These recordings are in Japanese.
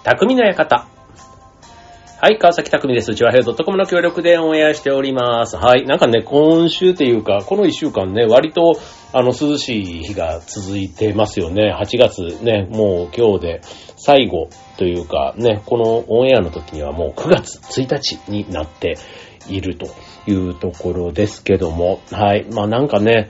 匠の館。はい、川崎匠です。チュアヘイド.comの協力でオンエアしております。はい、なんかね、今週というか、この一週間ね、割と、涼しい日が続いてますよね。8月ね、もう今日で最後というか、ね、このオンエアの時にはもう9月1日になっているというところですけども、はい、まあなんかね、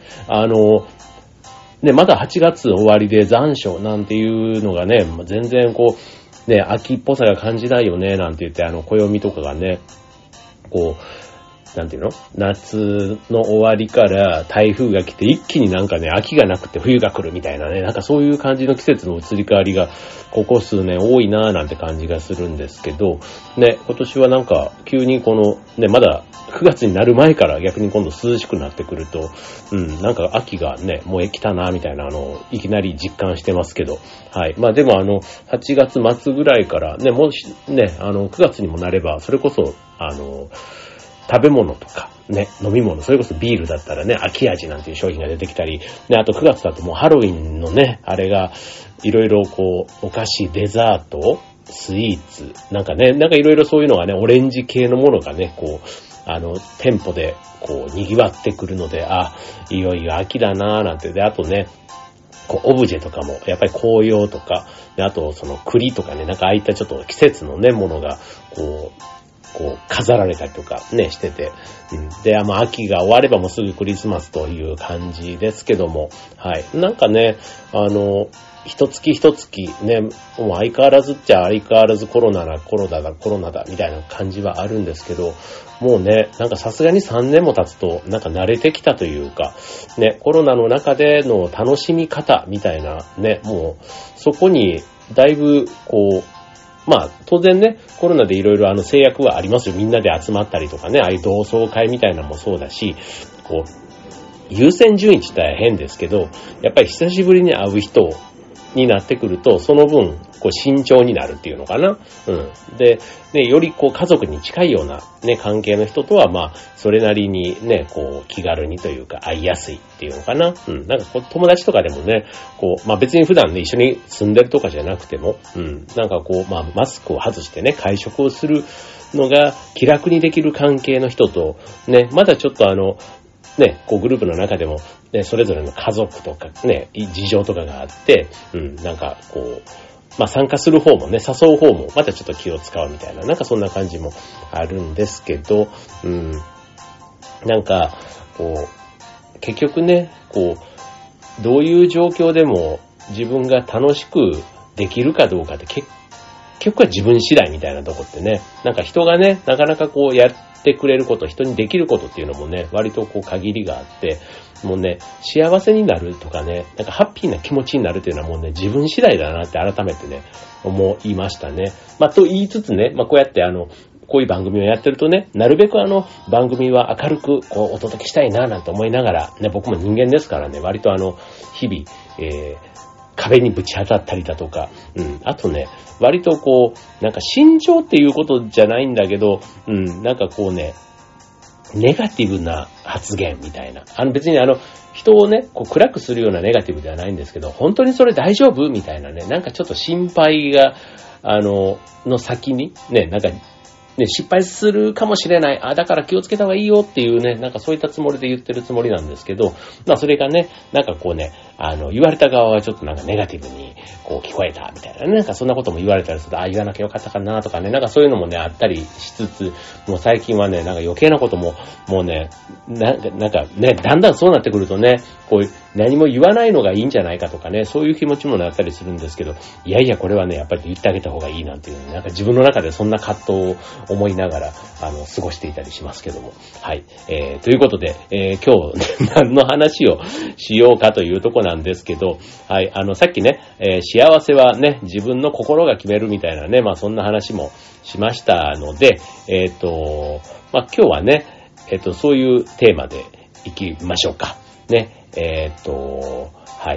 まだ8月終わりで残暑なんていうのがね、全然こう、ね、秋っぽさが感じないよね、なんて言って、暦とかがね、こう、なんていうの？夏の終わりから台風が来て一気になんかね、秋がなくて冬が来るみたいなね、なんかそういう感じの季節の移り変わりが、ここ数年多いなぁなんて感じがするんですけど、ね、今年はなんか急にこの、ね、まだ9月になる前から逆に今度涼しくなってくると、なんか秋がね、もう来たなみたいないきなり実感してますけど、はい。まあでも8月末ぐらいからね、もしね、9月にもなれば、それこそ、食べ物とか、ね、飲み物、それこそビールだったらね、秋味なんていう商品が出てきたり、ね、あと9月だともうハロウィンのね、あれが、いろいろこう、お菓子、デザート、スイーツ、なんかね、なんかいろいろそういうのがね、オレンジ系のものがね、こう、店舗で、こう、賑わってくるので、いよいよ秋だなーなんて、で、あとね、こう、オブジェとかも、やっぱり紅葉とか、で、あと、その栗とかね、なんかああいったちょっと季節のね、ものが、こう、飾られたりとかね、してて。で、秋が終わればもうすぐクリスマスという感じですけども、はい。なんかね、一月一月ね、もう相変わらずっちゃ相変わらずコロナだ、みたいな感じはあるんですけど、もうね、なんかさすがに3年も経つと、なんか慣れてきたというか、ね、コロナの中での楽しみ方みたいなね、もう、そこに、だいぶ、こう、まあ、当然ね、コロナでいろいろ制約はありますよ。みんなで集まったりとかね、ああいう同窓会みたいなのもそうだし、こう、優先順位って言ったら変ですけど、やっぱり久しぶりに会う人になってくると、その分、こう、慎重になるっていうのかな。で、ね、よりこう、家族に近いようなね、関係の人とは、まあ、それなりにね、こう、気軽にというか、会いやすいっていうのかな。なんかこう、友達とかでもね、こう、まあ別に普段ね、一緒に住んでるとかじゃなくても、なんかこう、まあ、マスクを外してね、会食をするのが気楽にできる関係の人と、ね、まだちょっとね、こうグループの中でも、ね、それぞれの家族とかね、事情とかがあって、なんかこう、まあ参加する方もね、誘う方もまたちょっと気を使うみたいな、なんかそんな感じもあるんですけど、なんか、こう、結局ね、こう、どういう状況でも自分が楽しくできるかどうかって結局は自分次第みたいなとこってね、なんか人がね、なかなかこうやってくれること、人にできることっていうのもね、割とこう限りがあって、もうね、幸せになるとかね、なんかハッピーな気持ちになるっていうのはもうね、自分次第だなって改めてね、思いましたね。まあ、と言いつつね、まあ、こうやってこういう番組をやってるとね、なるべく番組は明るくこうお届けしたいななんて思いながら、ね、僕も人間ですからね、割と日々、壁にぶち当たったりだとか、あとね、割とこう、なんか慎重っていうことじゃないんだけど、なんかこうね、ネガティブな発言みたいな。別に人をね、こう暗くするようなネガティブではないんですけど、本当にそれ大丈夫みたいなね、なんかちょっと心配が、の先に、ね、なんか、ね、失敗するかもしれない。だから気をつけた方がいいよっていうね、なんかそういったつもりで言ってるつもりなんですけど、まあそれがね、なんかこうね、言われた側はちょっとなんかネガティブにこう聞こえたみたいなね、なんかそんなことも言われたりすると、言わなきゃよかったかなとかね、なんかそういうのもね、あったりしつつ、もう最近はね、なんか余計なことも、もうね、なんかね、だんだんそうなってくるとね、こう何も言わないのがいいんじゃないかとかね、そういう気持ちもなったりするんですけど、いやいやこれはね、やっぱり言ってあげた方がいいなんていうね、なんか自分の中でそんな葛藤を思いながら、過ごしていたりしますけども。はい。ということで、今日、何の話をしようかというとこなんですけど、はい。さっきね、幸せはね、自分の心が決めるみたいなね、まあそんな話もしましたので、まあ今日はね、そういうテーマでいきましょうか。ね。はい。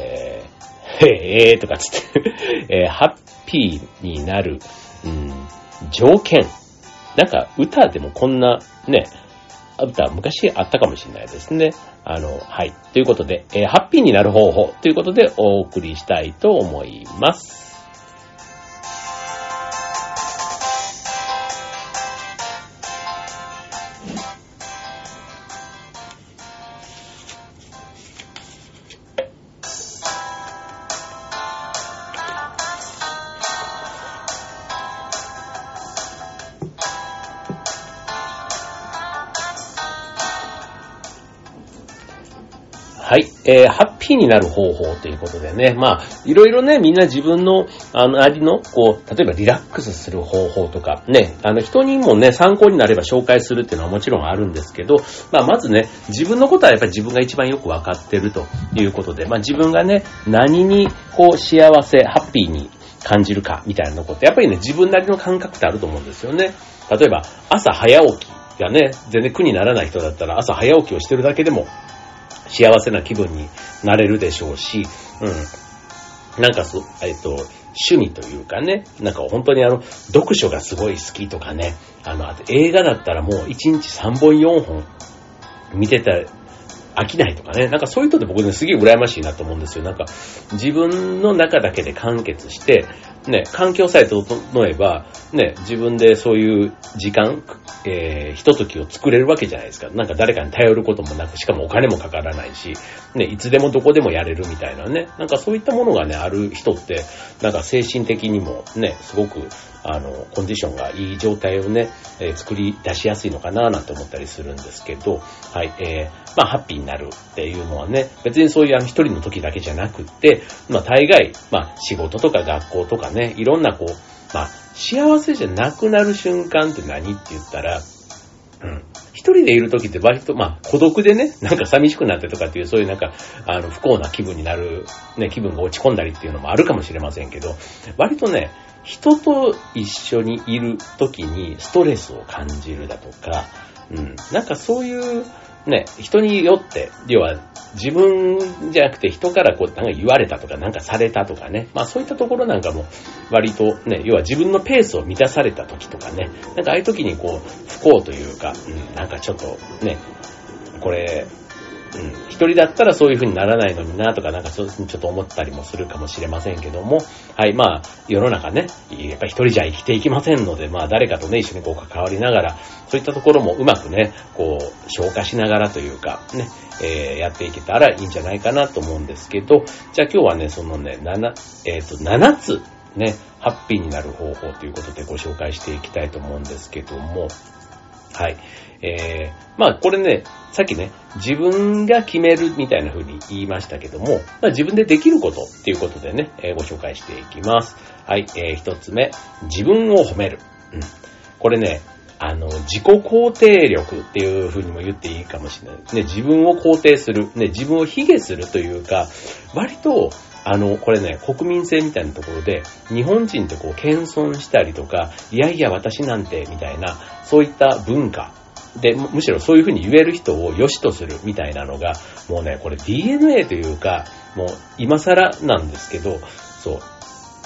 とかつって、ハッピーになる、条件。なんか歌でもこんなね、歌昔あったかもしれないですね。はい。ということで、ハッピーになる方法ということでお送りしたいと思います。 はい。ハッピーになる方法ということでね。まあ、いろいろね、みんな自分の、ありの、こう、例えばリラックスする方法とか、ね、人にもね、参考になれば紹介するっていうのはもちろんあるんですけど、まあ、まずね、自分のことはやっぱり自分が一番よくわかってるということで、まあ、自分がね、何に、こう、幸せ、ハッピーに感じるか、みたいなこと、やっぱりね、自分なりの感覚ってあると思うんですよね。例えば、朝早起きがね、全然苦にならない人だったら、朝早起きをしてるだけでも、幸せな気分になれるでしょうし、なんか趣味というかね、なんか本当に読書がすごい好きとかね、あと映画だったらもう1日3本4本見てたら飽きないとかね、なんかそういう人って僕ね、すげえ羨ましいなと思うんですよ。なんか自分の中だけで完結して、ね、環境さえ整えば、ね、自分でそういう時間、ひとときを作れるわけじゃないですか。なんか誰かに頼ることもなく、しかもお金もかからないし、ね、いつでもどこでもやれるみたいなね。なんかそういったものがね、ある人って、なんか精神的にもね、すごく、コンディションがいい状態をね、作り出しやすいのかななんて思ったりするんですけど、はい、まあ、ハッピーになるっていうのはね、別にそういう一人の時だけじゃなくって、まあ、大概、まあ、仕事とか学校とかね、いろんなこう、まあ、幸せじゃなくなる瞬間って何って言ったら、一人でいる時って割と、まあ、孤独でね、なんか寂しくなってとかっていう、そういうなんか、不幸な気分になる、ね、気分が落ち込んだりっていうのもあるかもしれませんけど、割とね、人と一緒にいる時にストレスを感じるだとか、なんかそういうね、人によって、要は自分じゃなくて人からこうなんか言われたとかなんかされたとかね、まあそういったところなんかも割とね、要は自分のペースを満たされた時とかね、なんかああいう時にこう不幸というか、なんかちょっとね、これ、一人だったらそういう風にならないのになとかなんかそういう風にちょっと思ったりもするかもしれませんけども、はい、まあ世の中ね、やっぱり一人じゃ生きていきませんので、まあ誰かとね一緒にこう関わりながら、そういったところもうまくね、こう消化しながらというかね、やっていけたらいいんじゃないかなと思うんですけど、じゃあ今日はねそのね7つねハッピーになる方法ということでご紹介していきたいと思うんですけども、はい。まあこれね、さっきね、自分が決めるみたいな風に言いましたけども、まあ自分でできることっていうことでね、ご紹介していきます。はい。一つ目、自分を褒める。これね、自己肯定力っていう風にも言っていいかもしれないですね。自分を肯定する。ね、自分を卑下するというか、割と、これね、国民性みたいなところで、日本人ってこう、謙遜したりとか、いやいや私なんて、みたいな、そういった文化で、むしろそういうふうに言える人を良しとするみたいなのが、もうね、これ DNA というか、もう今更なんですけど、そう、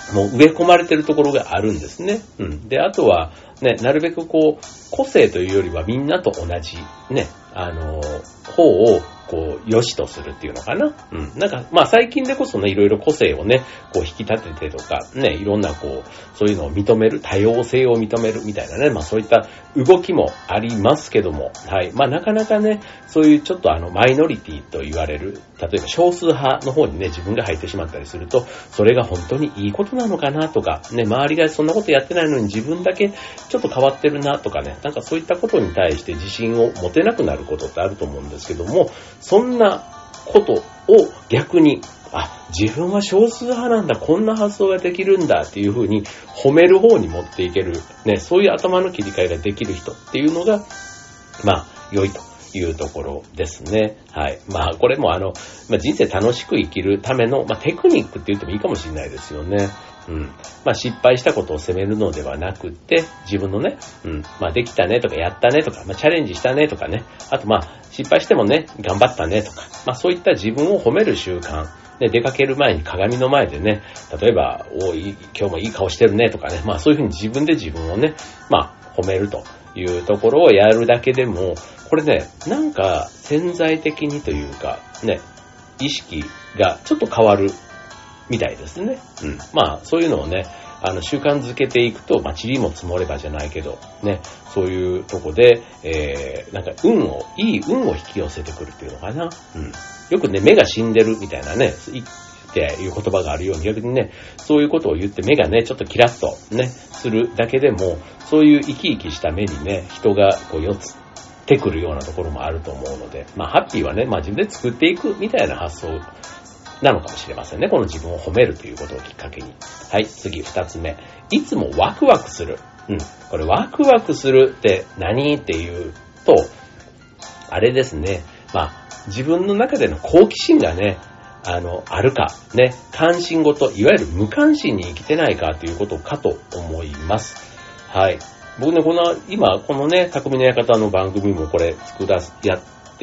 もう植え込まれてるところがあるんですね。で、あとは、ね、なるべくこう、個性というよりはみんなと同じ、ね、方を、こう、良しとするっていうのかな。なんか、まあ最近でこそね、いろいろ個性をね、こう引き立ててとか、ね、いろんなこう、そういうのを認める、多様性を認めるみたいなね、まあそういった動きもありますけども、はい。まあなかなかね、そういうちょっとマイノリティと言われる、例えば少数派の方にね、自分が入ってしまったりすると、それが本当にいいことなのかなとか、ね、周りがそんなことやってないのに自分だけちょっと変わってるなとかね、なんかそういったことに対して自信を持てなくなることってあると思うんですけども、そんなことを逆に、自分は少数派なんだ、こんな発想ができるんだっていう風に褒める方に持っていける、ね、そういう頭の切り替えができる人っていうのが、まあ、良いというところですね。はい。まあ、これも人生楽しく生きるための、テクニックって言ってもいいかもしれないですよね。まあ失敗したことを責めるのではなくって、自分のね、まあできたねとかやったねとか、まあチャレンジしたねとかね、あとまあ失敗してもね、頑張ったねとか、まあそういった自分を褒める習慣、ね、出かける前に鏡の前でね、例えば、今日もいい顔してるねとかね、まあそういうふうに自分で自分をね、まあ褒めるというところをやるだけでも、これね、なんか潜在的にというか、ね、意識がちょっと変わるみたいですね。まあ、そういうのをね、習慣づけていくと、まあ、塵も積もればじゃないけど、ね、そういうとこで、なんかいい運を引き寄せてくるっていうのかな。よくね、目が死んでるみたいなね、っていう言葉があるように、逆にね、そういうことを言って目がね、ちょっとキラッとね、するだけでも、そういう生き生きした目にね、人がこうてくるようなところもあると思うので、ハッピーはね、自分で作っていくみたいな発想なのかもしれませんね。この自分を褒めるということをきっかけに。はい、次2つ目。いつもワクワクする。これワクワクするって何っていうと、あれですね。自分の中での好奇心がね、あるか、ね、関心事、いわゆる無関心に生きてないかということかと思います。はい。僕ね、今、このね、匠の館の番組もこれやって、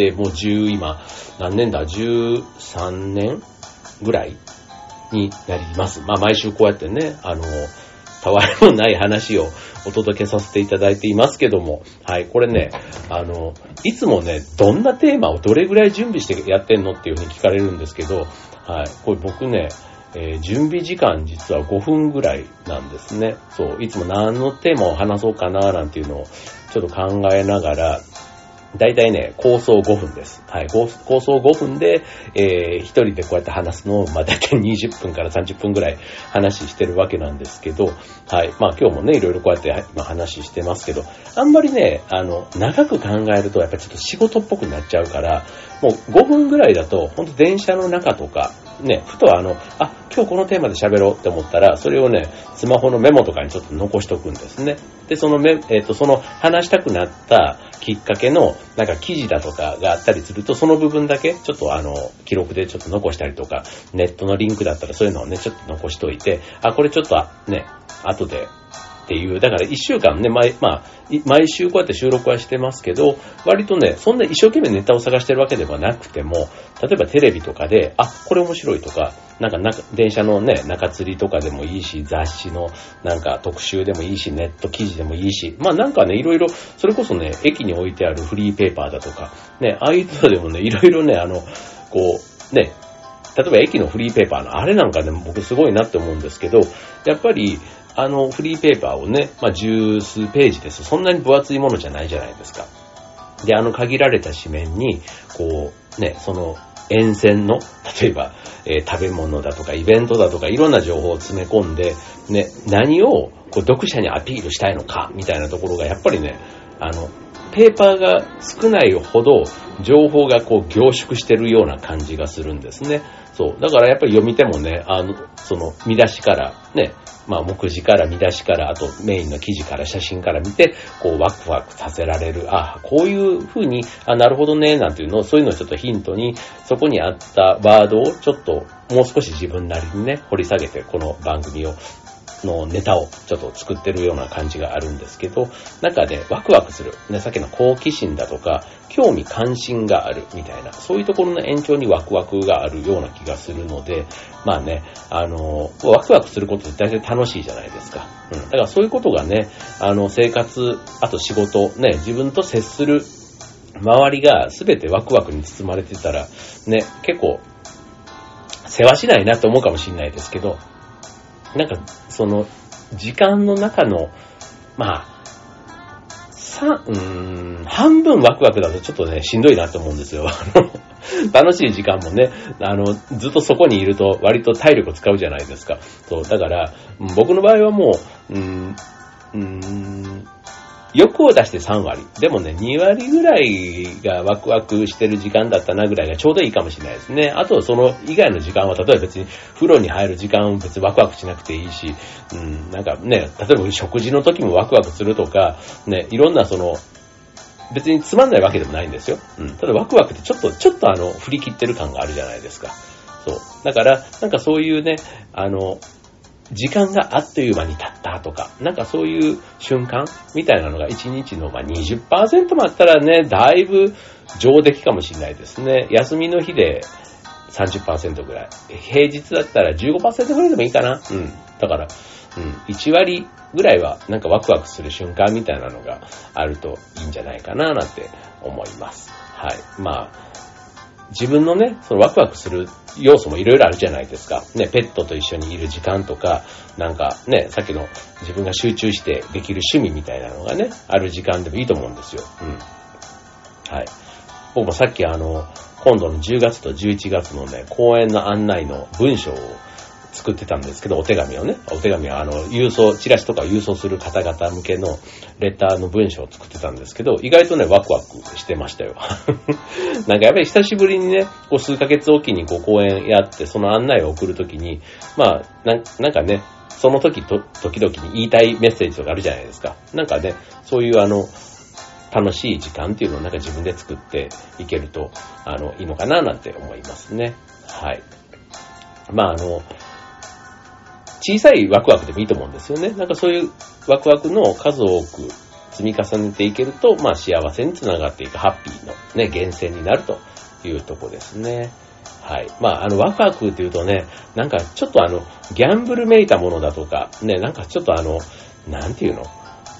もう今、何年だ ?13 年ぐらいになります。毎週こうやってね、たわいもない話をお届けさせていただいていますけども、はい、これね、いつもね、どんなテーマをどれぐらい準備してやってんのっていうふうに聞かれるんですけど、はい、これ僕ね、準備時間実は5分ぐらいなんですね。そう、いつも何のテーマを話そうかななんていうのをちょっと考えながら、だいたいね、構想5分です。はい、構想5分で、一人でこうやって話すのを、だいたい20分から30分ぐらい話してるわけなんですけど、はい、今日もね、いろいろこうやって話してますけど、あんまりね、長く考えるとやっぱりちょっと仕事っぽくなっちゃうから、もう5分ぐらいだと、ほんと電車の中とか、ね、ふと今日このテーマで喋ろうって思ったら、それをね、スマホのメモとかにちょっと残しとくんですね。で、その話したくなったきっかけの、記事だとかがあったりすると、その部分だけ、ちょっと記録でちょっと残したりとか、ネットのリンクだったらそういうのをね、ちょっと残しといて、これちょっとね、後で、っていう、だから1週間ね、毎週こうやって収録はしてますけど、割とね、そんな一生懸命ネタを探してるわけではなくても、例えばテレビとかで、これ面白いとか、電車のね、中吊りとかでもいいし、雑誌の特集でもいいし、ネット記事でもいいし、ね、いろいろ、それこそね、駅に置いてあるフリーペーパーだとか、ね、ああいうのでもね、いろいろね、ね、例えば駅のフリーペーパーのあれなんかでも僕すごいなって思うんですけど、やっぱり、フリーペーパーをね、十数ページです。そんなに分厚いものじゃないじゃないですか。で、限られた紙面に、その沿線の、例えば、食べ物だとかイベントだとかいろんな情報を詰め込んで、ね、何を読者にアピールしたいのか、みたいなところがやっぱりね、ペーパーが少ないほど情報が凝縮してるような感じがするんですね。そう。だからやっぱり読み手もね、その見出しからね、目次から見出しから、あとメインの記事から写真から見て、ワクワクさせられる。こういう風に、なるほどね、なんていうのを、そういうのをちょっとヒントに、そこにあったワードをちょっと、もう少し自分なりにね、掘り下げて、この番組のネタをちょっと作ってるような感じがあるんですけど、ね、ワクワクする。ね、さっきの好奇心だとか、興味関心があるみたいな、そういうところの延長にワクワクがあるような気がするので、ね、ワクワクすることって大体楽しいじゃないですか。だからそういうことがね、生活、あと仕事、ね、自分と接する周りが全てワクワクに包まれてたら、ね、結構、世話しないなって思うかもしれないですけど、その、時間の中の、半分ワクワクだとちょっとね、しんどいなって思うんですよ。楽しい時間もね、ずっとそこにいると割と体力使うじゃないですか。そう、だから、僕の場合はもう、欲を出して3割。でもね、2割ぐらいがワクワクしてる時間だったなぐらいがちょうどいいかもしれないですね。あと、その以外の時間は、例えば別に風呂に入る時間を別にワクワクしなくていいし、ね、例えば食事の時もワクワクするとか、ね、いろんな別につまんないわけでもないんですよ。ただワクワクってちょっと振り切ってる感があるじゃないですか。そう。だから、そういうね、時間があっという間に経ったとか、そういう瞬間みたいなのが1日の20% もあったらね、だいぶ上出来かもしれないですね。休みの日で 30% ぐらい。平日だったら 15% ぐらいでもいいかな。だから、1割ぐらいはワクワクする瞬間みたいなのがあるといいんじゃないかななんて思います。はい。自分のね、そのワクワクする要素もいろいろあるじゃないですか。ね、ペットと一緒にいる時間とか、ね、さっきの自分が集中してできる趣味みたいなのがね、ある時間でもいいと思うんですよ。はい。僕もさっき今度の10月と11月のね、公演の案内の文章を作ってたんですけど、お手紙は郵送、チラシとかを郵送する方々向けのレターの文章を作ってたんですけど、意外とね、ワクワクしてましたよ。なんかやっぱり久しぶりにね、こう数ヶ月おきにこう講演やって、その案内を送るときに、まあ、なんかね、その時々に言いたいメッセージとかあるじゃないですか。なんかね、そういう楽しい時間っていうのをなんか自分で作っていけると、いいのかななんて思いますね。はい。まあ小さいワクワクでもいいと思うんですよね。なんかそういうワクワクの数多く積み重ねていけると、まあ幸せにつながっていくハッピーのね、源泉になるというとこですね。はい。まあワクワクっていうとね、なんかちょっとギャンブルめいたものだとか、ね、なんかちょっとなんていうの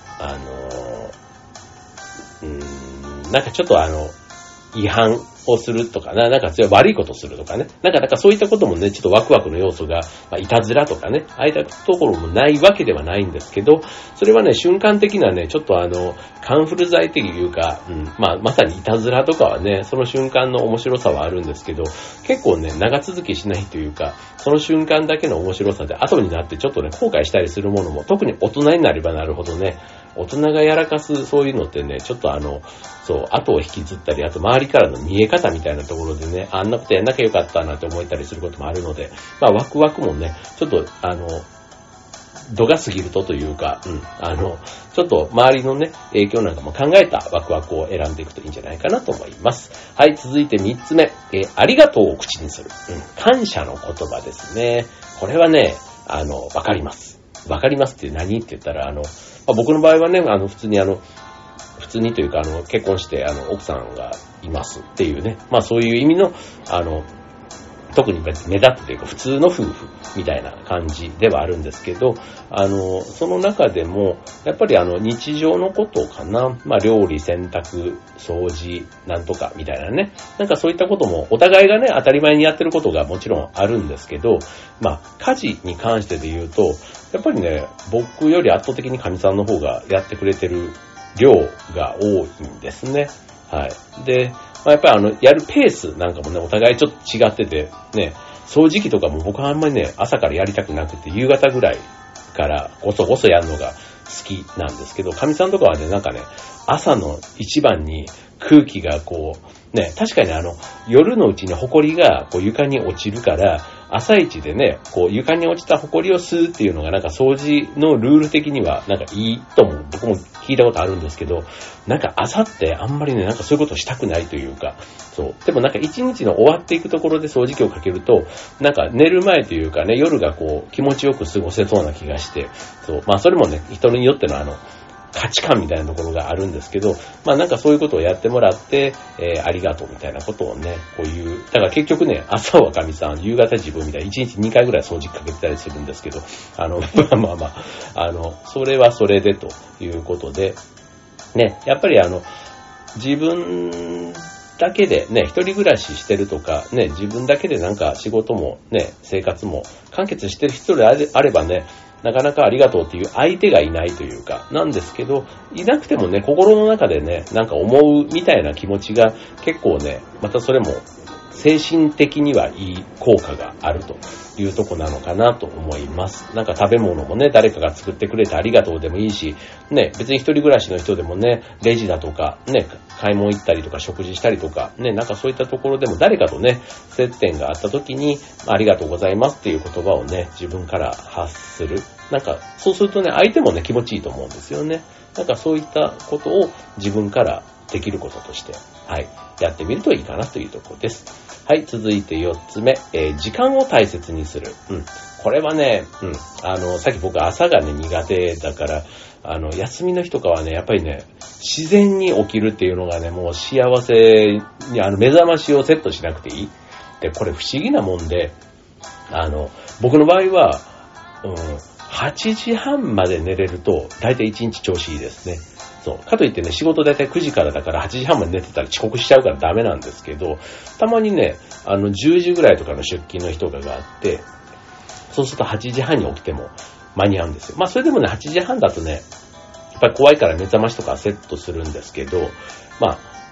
なんかちょっと違反をするとかなんか悪いことをするとかね。なんかそういったこともね、ちょっとワクワクの要素が、まあ、いたずらとかね、ああいったところもないわけではないんですけど、それはね、瞬間的なね、ちょっとカンフル剤っていうか、まあ、まさにいたずらとかはね、その瞬間の面白さはあるんですけど、結構ね、長続きしないというか、その瞬間だけの面白さで、後になってちょっとね、後悔したりするものも、特に大人になればなるほどね、大人がやらかすそういうのってね、ちょっと後を引きずったり、あと周りからの見え方みたいなところでね、あんなことやんなきゃよかったなって思えたりすることもあるので、まあワクワクもね、ちょっと度が過ぎるとというか、ちょっと周りのね、影響なんかも考えたワクワクを選んでいくといいんじゃないかなと思います。はい、続いて3つ目、ありがとうを口にする。感謝の言葉ですね。これはね、わかります。わかりますって何って言ったら、僕の場合はね、普通にというか、結婚して、奥さんがいますっていうね、まあそういう意味の、特に目立つというか、普通の夫婦みたいな感じではあるんですけど、その中でも、やっぱり日常のことかな、まあ料理、洗濯、掃除、なんとかみたいなね、なんかそういったことも、お互いがね、当たり前にやってることがもちろんあるんですけど、まあ家事に関してで言うと、やっぱりね、僕より圧倒的に神さんの方がやってくれてる量が多いんですね。はい。で、まあ、やっぱりやるペースなんかもね、お互いちょっと違ってて、ね、掃除機とかも僕はあんまりね、朝からやりたくなくて、夕方ぐらいからごそごそやるのが好きなんですけど、神さんとかはね、なんかね、朝の一番に空気がこう、ね、確かに夜のうちに埃がこう床に落ちるから、朝一でね、こう床に落ちた埃を吸うっていうのがなんか掃除のルール的にはなんかいいとも僕も聞いたことあるんですけど、なんか朝ってあんまりね、なんかそういうことをしたくないというか、そう。でもなんか一日の終わっていくところで掃除機をかけると、なんか寝る前というかね、夜がこう気持ちよく過ごせそうな気がして、そう。まあそれもね、人によっての価値観みたいなところがあるんですけど、まあなんかそういうことをやってもらって、ありがとうみたいなことをね、こういう、だから結局ね、朝は神さん、夕方自分みたいな、1日2回ぐらい掃除機かけてたりするんですけど、まあ、それはそれでということで、ね、やっぱり自分だけでね、一人暮らししてるとか、ね、自分だけでなんか仕事もね、生活も完結してる人であればね、なかなかありがとうっていう相手がいないというか、なんですけど、いなくてもね、心の中でね、なんか思うみたいな気持ちが結構ね、またそれも精神的にはいい効果があるというとこなのかなと思います。なんか食べ物もね、誰かが作ってくれてありがとうでもいいし、ね、別に一人暮らしの人でもね、レジだとか、ね、買い物行ったりとか食事したりとか、ね、なんかそういったところでも誰かとね、接点があった時に、ありがとうございますっていう言葉をね、自分から発する。なんか、そうするとね、相手もね、気持ちいいと思うんですよね。なんかそういったことを自分からできることとして、はい、やってみるといいかなというところです。はい、続いて4つ目、時間を大切にする。これはね、さっき僕朝がね、苦手だから、休みの日とかはね、やっぱりね、自然に起きるっていうのがね、もう幸せに、目覚ましをセットしなくていい。で、これ不思議なもんで、僕の場合は、8時半まで寝れると、だいたい1日調子いいですね。そう。かといってね、仕事だいたい9時からだから8時半まで寝てたら遅刻しちゃうからダメなんですけど、たまにね、10時ぐらいとかの出勤の人があって、そうすると8時半に起きても間に合うんですよ。まあそれでもね、8時半だとね、やっぱり怖いから目覚ましとかセットするんですけど、まあ、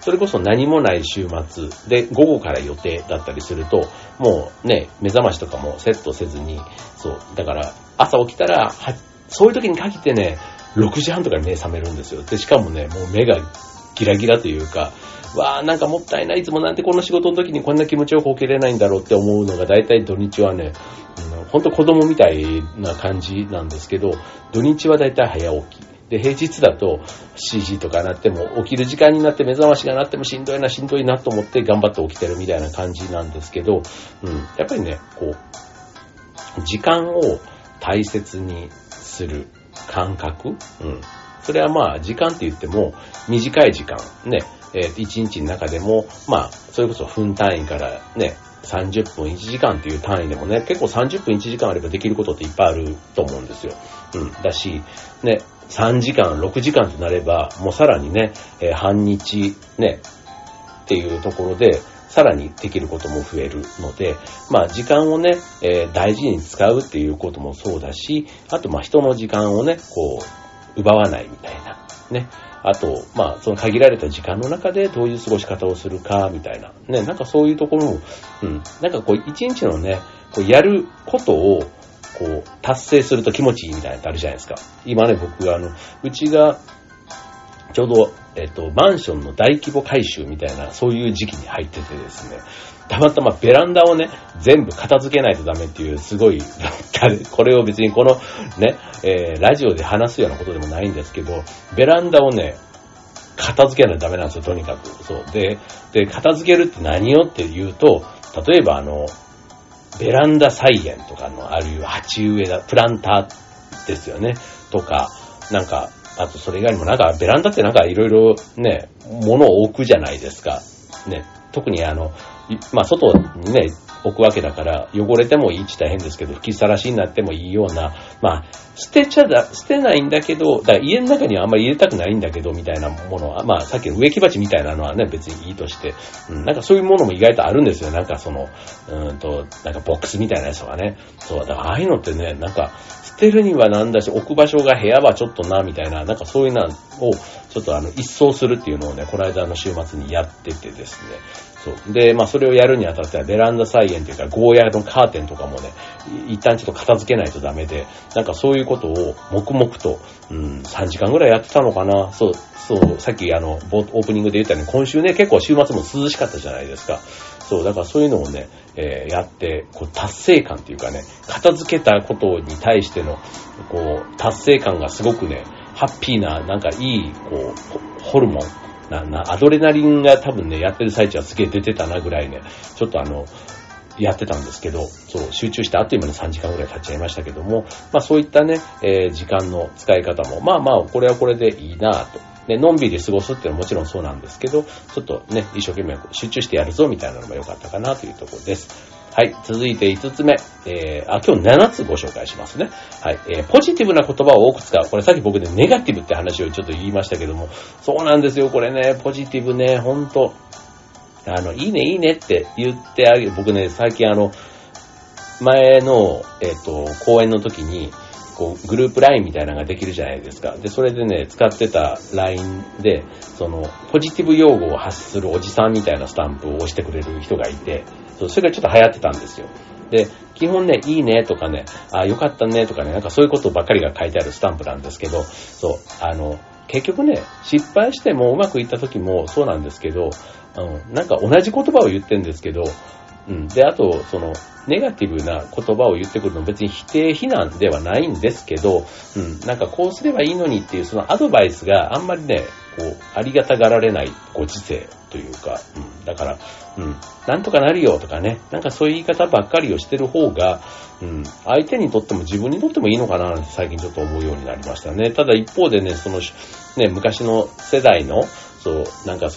それこそ何もない週末で午後から予定だったりすると、もうね、目覚ましとかもセットせずに、そう、だから朝起きたら、そういう時に限ってね、6時半とかに目覚めるんですよ。で、しかもね、もう目がギラギラというか、なんかもったいない、いつもなんてこの仕事の時にこんな気持ちよく起きれないんだろうって思うのが、だいたい土日はね、ほんと子供みたいな感じなんですけど、土日はだいたい早起き。で、平日だと7時とかなっても、起きる時間になって目覚ましがなってもしんどいなと思って頑張って起きてるみたいな感じなんですけど、やっぱりね、こう、時間を大切にする感覚、それはまあ時間って言っても短い時間ね、1日の中でもまあそれこそ分単位からね30分1時間っていう単位でもね、結構30分1時間あればできることっていっぱいあると思うんですよ。だしね、3時間6時間となればもうさらにね、半日ねっていうところでさらにできることも増えるので、まあ時間をね、大事に使うっていうこともそうだし、あとまあ人の時間をねこう奪わないみたいなね。あと、まあ、その限られた時間の中でどういう過ごし方をするか、みたいな。ね、なんかそういうところも、なんかこう、一日のね、こうやることを、こう、達成すると気持ちいいみたいなのってあるじゃないですか。今ね、僕がうちが、ちょうど、マンションの大規模改修みたいな、そういう時期に入っててですね、たまたまベランダをね、全部片付けないとダメっていう、すごい、これを別にこのね、ラジオで話すようなことでもないんですけど、ベランダをね、片付けないとダメなんですよ、とにかく。そう。で、片付けるって何よって言うと、例えばベランダ菜園とかあるいは鉢植えだ、プランターですよね、とか、なんか、あとそれ以外にもなんか、ベランダってなんかいろいろね、物を置くじゃないですか。ね。特にまあ、外にね、置くわけだから、汚れてもいいって大変ですけど、吹きさらしになってもいいような、まあ、捨てないんだけど、だから家の中にはあんまり入れたくないんだけど、みたいなものは、まあ、さっきの植木鉢みたいなのはね、別にいいとして、なんかそういうものも意外とあるんですよ。なんかなんかボックスみたいなやつとかね。そう、だからああいうのってね、なんか、捨てるにはなんだし、置く場所が部屋はちょっとな、みたいな、なんかそういうのを、ちょっと一掃するっていうのをね、この間の週末にやっててですね。そう。で、まあそれをやるにあたってはベランダ菜園というかゴーヤのカーテンとかもね、一旦ちょっと片付けないとダメで、なんかそういうことを黙々と、3時間ぐらいやってたのかな。そう、さっきオープニングで言ったように今週ね、結構週末も涼しかったじゃないですか。そう、だからそういうのをね、やって、こう達成感っていうかね、片付けたことに対しての、こう、達成感がすごくね、ハッピーな、なんかいい、こう、ホルモン、アドレナリンが多分ね、やってる最中はすげえ出てたなぐらいね、ちょっとやってたんですけど、そう、集中してあっという間に3時間ぐらい経っちゃいましたけども、まあそういったね、時間の使い方も、まあまあ、これはこれでいいなぁと。ね、のんびり過ごすっていうのはもちろんそうなんですけど、ちょっとね、一生懸命集中してやるぞみたいなのも良かったかなというところです。はい、続いて5つ目。今日7つご紹介しますね。はい、ポジティブな言葉を多く使う。これさっき僕ね、ネガティブって話をちょっと言いましたけども、そうなんですよ、これね、ポジティブね、ほんと。いいね、いいねって言ってあげる。僕ね、最近前の、講演の時に、こう、グループ LINE みたいなのができるじゃないですか。で、それでね、使ってた LINE で、ポジティブ用語を発するおじさんみたいなスタンプを押してくれる人がいて、それがちょっと流行ってたんですよ。で、基本ね、いいねとかね、よかったねとかね、なんかそういうことばっかりが書いてあるスタンプなんですけど、そう、結局ね、失敗してもうまくいった時もそうなんですけど、なんか同じ言葉を言ってるんですけど、で、あと、ネガティブな言葉を言ってくるの別に否定非難ではないんですけど、なんかこうすればいいのにっていうそのアドバイスがあんまりね、こう、ありがたがられないご時世というか、だから、なんとかなるよとかね、なんかそういう言い方ばっかりをしてる方が、相手にとっても自分にとってもいいのかななんて最近ちょっと思うようになりましたね。ただ一方でね、昔の世代の、なんか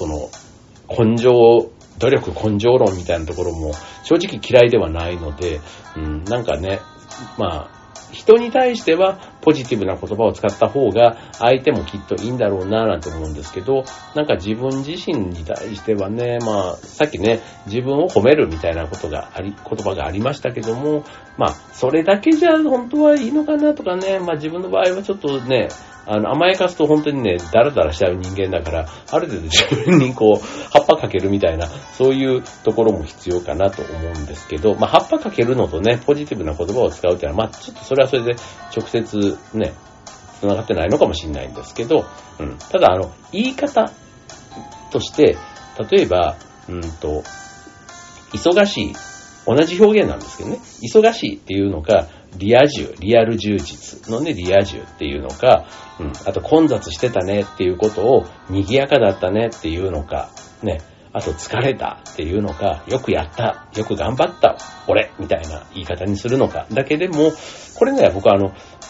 努力根性論みたいなところも正直嫌いではないので、なんかね、まあ、人に対してはポジティブな言葉を使った方が相手もきっといいんだろうななんて思うんですけど、なんか自分自身に対してはね、まあさっきね、自分を褒めるみたいな言葉がありましたけども、まあそれだけじゃ本当はいいのかなとかね、まあ自分の場合はちょっとね、甘やかすと本当にね、ダラダラしちゃう人間だから、ある程度自分にこう、葉っぱかけるみたいな、そういうところも必要かなと思うんですけど、まあ、葉っぱかけるのとね、ポジティブな言葉を使うっていうのは、まあ、ちょっとそれはそれで直接ね、繋がってないのかもしれないんですけど、ただ言い方として、例えば、忙しい、同じ表現なんですけどね、忙しいっていうのか、リアル充実のね、リア充っていうのか、あと混雑してたねっていうことを賑やかだったねっていうのか、ね、あと疲れたっていうのか、よくやった、よく頑張った、俺みたいな言い方にするのか、だけでも、これね、僕は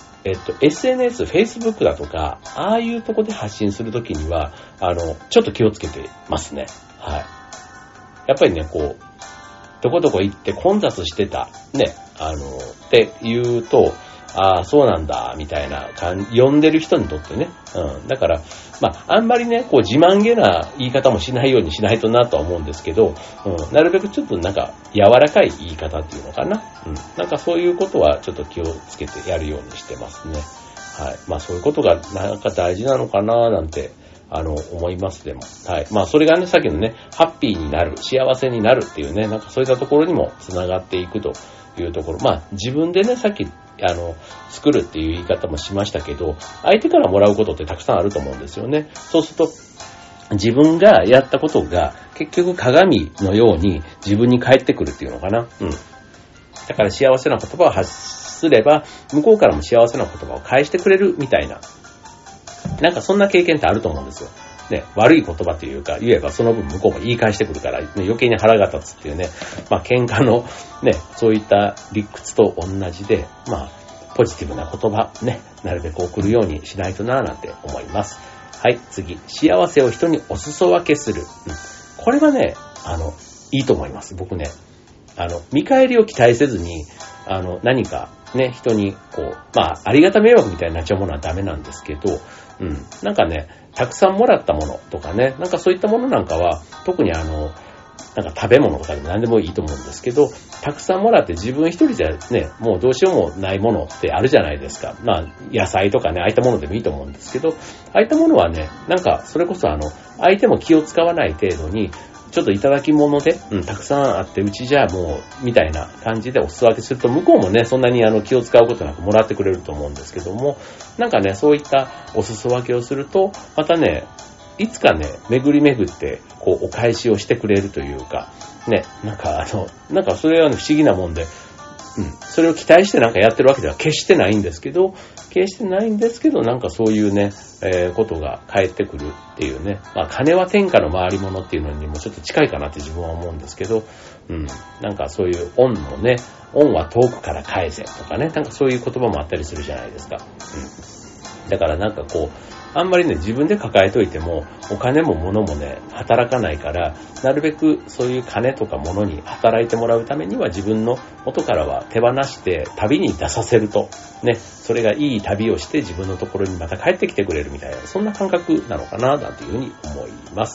SNS、Facebook だとか、ああいうとこで発信するときには、ちょっと気をつけてますね。はい。やっぱりね、こう、どこどこ行って混雑してた、ね、って言うと、ああ、そうなんだ、みたいな呼んでる人にとってね。だから、まあ、あんまりね、こう自慢げな言い方もしないようにしないとなとは思うんですけど、なるべくちょっとなんか柔らかい言い方っていうのかな。なんかそういうことはちょっと気をつけてやるようにしてますね。はい。まあそういうことがなんか大事なのかななんて、思いますでも。はい。まあそれがね、さっきのね、ハッピーになる、幸せになるっていうね、なんかそういったところにも繋がっていくというところ。まあ自分でね、さっき、作るっていう言い方もしましたけど、相手からもらうことってたくさんあると思うんですよね。そうすると、自分がやったことが結局鏡のように自分に返ってくるっていうのかな。だから幸せな言葉を発すれば、向こうからも幸せな言葉を返してくれるみたいな。なんかそんな経験ってあると思うんですよ。ね、悪い言葉というか、言えばその分向こうも言い返してくるから、ね、余計に腹が立つっていうね、まあ喧嘩のね、そういった理屈と同じで、まあ、ポジティブな言葉、ね、なるべく送るようにしないとなぁなんて思います。はい、次。幸せを人にお裾分けする。これはね、いいと思います。僕ね、見返りを期待せずに、何かね、人にこう、まあ、ありがた迷惑みたいになっちゃうものはダメなんですけど、なんかね、たくさんもらったものとかね、なんかそういったものなんかは、特になんか食べ物とかでも何でもいいと思うんですけど、たくさんもらって自分一人じゃね、もうどうしようもないものってあるじゃないですか。まあ、野菜とかね、ああいったものでもいいと思うんですけど、ああいったものはね、なんかそれこそ相手も気を使わない程度に、ちょっといただき物で、たくさんあって、うちじゃあもう、みたいな感じでお裾分けすると、向こうもね、そんなに気を使うことなくもらってくれると思うんですけども、なんかね、そういったお裾分けをすると、またね、いつかね、巡り巡って、こう、お返しをしてくれるというか、ね、なんかなんかそれは不思議なもんで、それを期待してなんかやってるわけでは決してないんですけど、なんかそういうね、ことが返ってくるっていうね。まあ、金は天下の回り物っていうのにもちょっと近いかなって自分は思うんですけど、なんかそういう恩もね、恩は遠くから返せとかね、なんかそういう言葉もあったりするじゃないですか。だからなんかこう、あんまりね、自分で抱えといても、お金も物もね、働かないから、なるべくそういう金とか物に働いてもらうためには自分の元からは手放して旅に出させると、ね、それがいい旅をして自分のところにまた帰ってきてくれるみたいな、そんな感覚なのかな、なんていうふうに思います。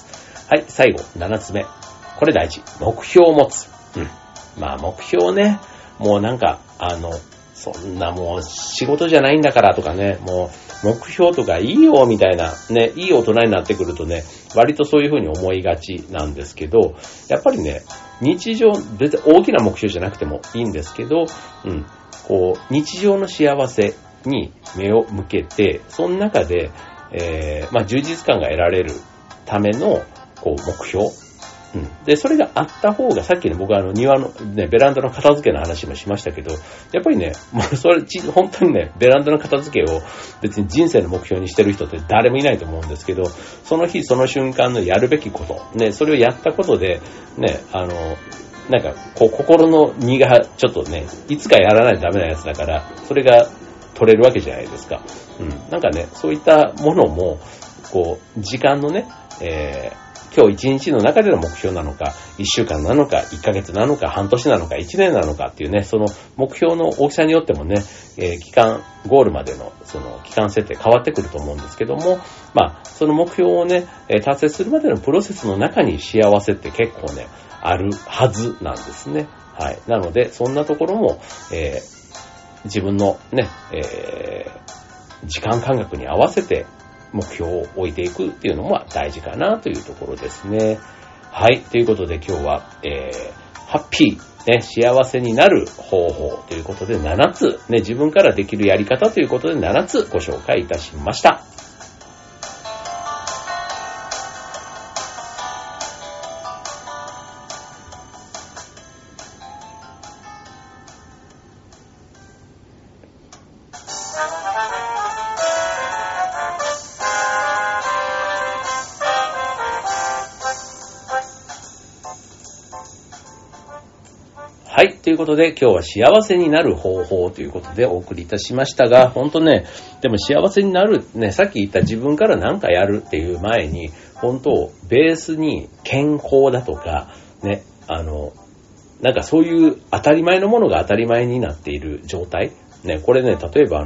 はい、最後、7つ目。これ大事。目標を持つ。まあ目標ね、もうなんか、そんなもう仕事じゃないんだからとかね、もう目標とかいいよみたいなね、いい大人になってくるとね、割とそういう風に思いがちなんですけど、やっぱりね、日常、別に大きな目標じゃなくてもいいんですけど、こう、日常の幸せに目を向けて、その中で、まあ充実感が得られるための、こう、目標。で、それがあった方が、さっきね、僕は庭の、ね、ベランダの片付けの話もしましたけど、やっぱりね、もうそれ、本当にね、ベランダの片付けを別に人生の目標にしてる人って誰もいないと思うんですけど、その日その瞬間のやるべきこと、ね、それをやったことで、ね、なんか、こう、心の荷がちょっとね、いつかやらないとダメなやつだから、それが取れるわけじゃないですか。なんかね、そういったものも、こう、時間のね、今今日一日の中での目標なのか、1週間なのか、1ヶ月なのか、半年なのか、1年なのかっていうね、その目標の大きさによってもね、ゴールまでのその期間設定変わってくると思うんですけども、まあ、その目標をね、達成するまでのプロセスの中に幸せって結構ね、あるはずなんですね。はい。なので、そんなところも、自分のね、時間感覚に合わせて目標を置いていくっていうのも大事かなというところですね。はい。ということで今日は、ハッピー、ね、幸せになる方法ということで7つ、ね、自分からできるやり方ということで7つご紹介いたしました。はい。ということで、今日は幸せになる方法ということでお送りいたしましたが、本当ね、でも幸せになる、ね、さっき言った自分から何かやるっていう前に、本当、ベースに健康だとか、ね、なんかそういう当たり前のものが当たり前になっている状態。ね、これね、例えば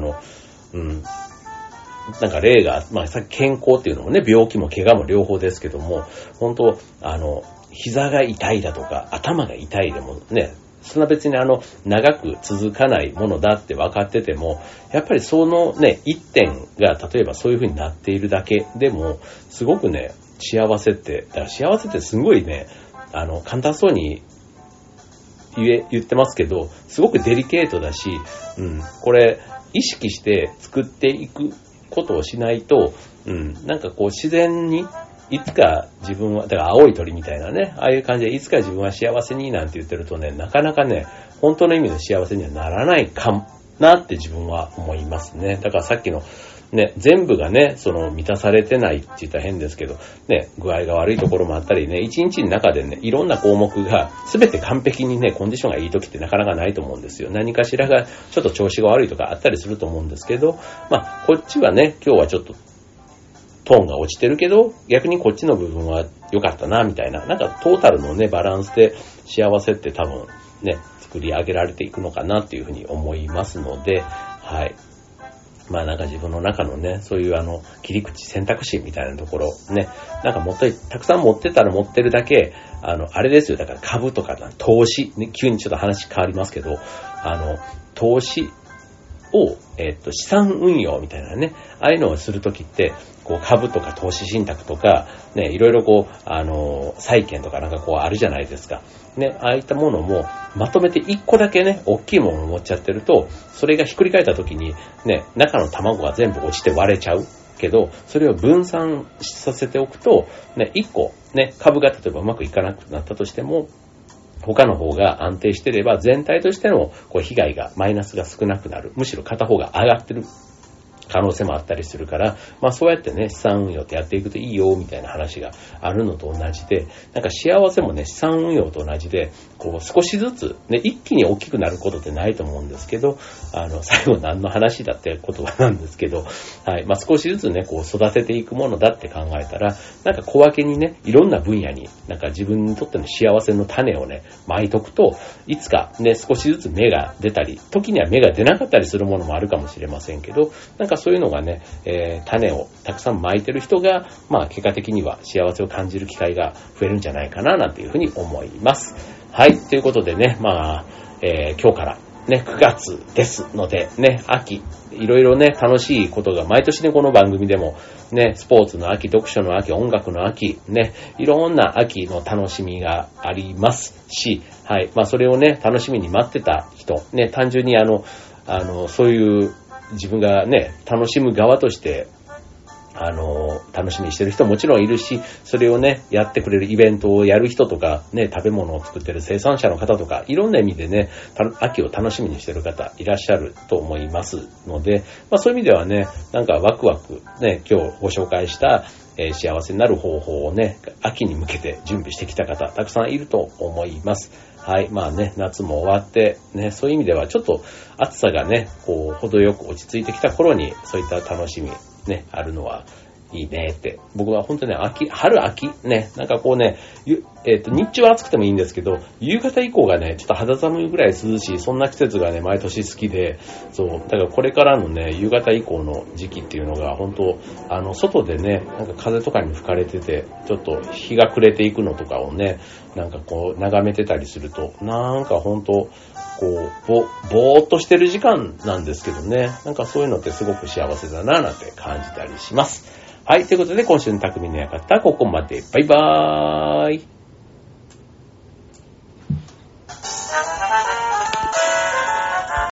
なんか例が、まあさっき健康っていうのもね、病気も怪我も両方ですけども、本当、膝が痛いだとか、頭が痛いでもね、そんな別に長く続かないものだって分かってても、やっぱりそのね、一点が例えばそういう風になっているだけでも、すごくね、幸せって、だから幸せってすごいね、簡単そうに言ってますけど、すごくデリケートだし、これ、意識して作っていくことをしないと、なんかこう自然に、いつか自分は、だから青い鳥みたいなね、ああいう感じでいつか自分は幸せになんて言ってるとね、なかなかね、本当の意味の幸せにはならないかなって自分は思いますね。だからさっきのね、全部がね、満たされてないって言ったら変ですけど、ね、具合が悪いところもあったりね、一日の中でね、いろんな項目が全て完璧にね、コンディションがいい時ってなかなかないと思うんですよ。何かしらがちょっと調子が悪いとかあったりすると思うんですけど、まあ、こっちはね、今日はちょっとトーンが落ちてるけど、逆にこっちの部分は良かったな、みたいな。なんかトータルのね、バランスで幸せって多分ね、作り上げられていくのかなっていうふうに思いますので、はい。まあなんか自分の中のね、そういう切り口、選択肢みたいなところね、なんかたくさん持ってたら持ってるだけ、あれですよ、だから株とか投資、ね、急にちょっと話変わりますけど、投資を、資産運用みたいなね、ああいうのをするときって、こう株とか投資信託とか、ね、いろいろこう、債券とかなんかこうあるじゃないですか。ね、ああいったものもまとめて一個だけね、大きいものを持っちゃってると、それがひっくり返ったときに、ね、中の卵が全部落ちて割れちゃうけど、それを分散させておくと、ね、一個、ね、株が例えばうまくいかなくなったとしても、他の方が安定してれば全体としてのこう被害が、マイナスが少なくなる。むしろ片方が上がってる可能性もあったりするから、まあそうやってね、資産運用ってやっていくといいよみたいな話があるのと同じで、なんか幸せもね、資産運用と同じで、こう少しずつね、一気に大きくなることってないと思うんですけど、最後何の話だって言葉なんですけど、はい、まあ少しずつね、こう育てていくものだって考えたら、なんか小分けにね、いろんな分野に、なんか自分にとっての幸せの種をね、巻いとくと、いつかね、少しずつ芽が出たり、時には芽が出なかったりするものもあるかもしれませんけど、なんかそういうのがね、種をたくさん巻いてる人が、まあ結果的には幸せを感じる機会が増えるんじゃないかな、なんていうふうに思います。はい、ということでね、まあ、今日からね、9月ですので、ね、秋、いろいろね、楽しいことが、毎年ね、この番組でも、ね、スポーツの秋、読書の秋、音楽の秋、ね、いろんな秋の楽しみがありますし、はい、まあそれをね、楽しみに待ってた人、ね、単純にそういう自分がね、楽しむ側として、楽しみにしてる人ももちろんいるし、それをね、やってくれるイベントをやる人とか、ね、食べ物を作ってる生産者の方とか、いろんな意味でね、秋を楽しみにしてる方いらっしゃると思いますので、まあそういう意味ではね、なんかワクワク、ね、今日ご紹介した、幸せになる方法をね、秋に向けて準備してきた方、たくさんいると思います。はい。まあね、夏も終わって、ね、そういう意味ではちょっと暑さがね、こう、程よく落ち着いてきた頃に、そういった楽しみ、ね、あるのはいいねって。僕は本当ね、春秋ね、なんかこうね、日中は暑くてもいいんですけど、夕方以降がね、ちょっと肌寒いぐらい涼しい、そんな季節がね、毎年好きで、そう、だからこれからのね、夕方以降の時期っていうのが、本当外でね、なんか風とかに吹かれてて、ちょっと日が暮れていくのとかをね、なんかこう、眺めてたりすると、なんか本当こう、ぼーっとしてる時間なんですけどね、なんかそういうのってすごく幸せだな、なんて感じたりします。はい、ということで今週の匠の館、ここまで。バイバーイ。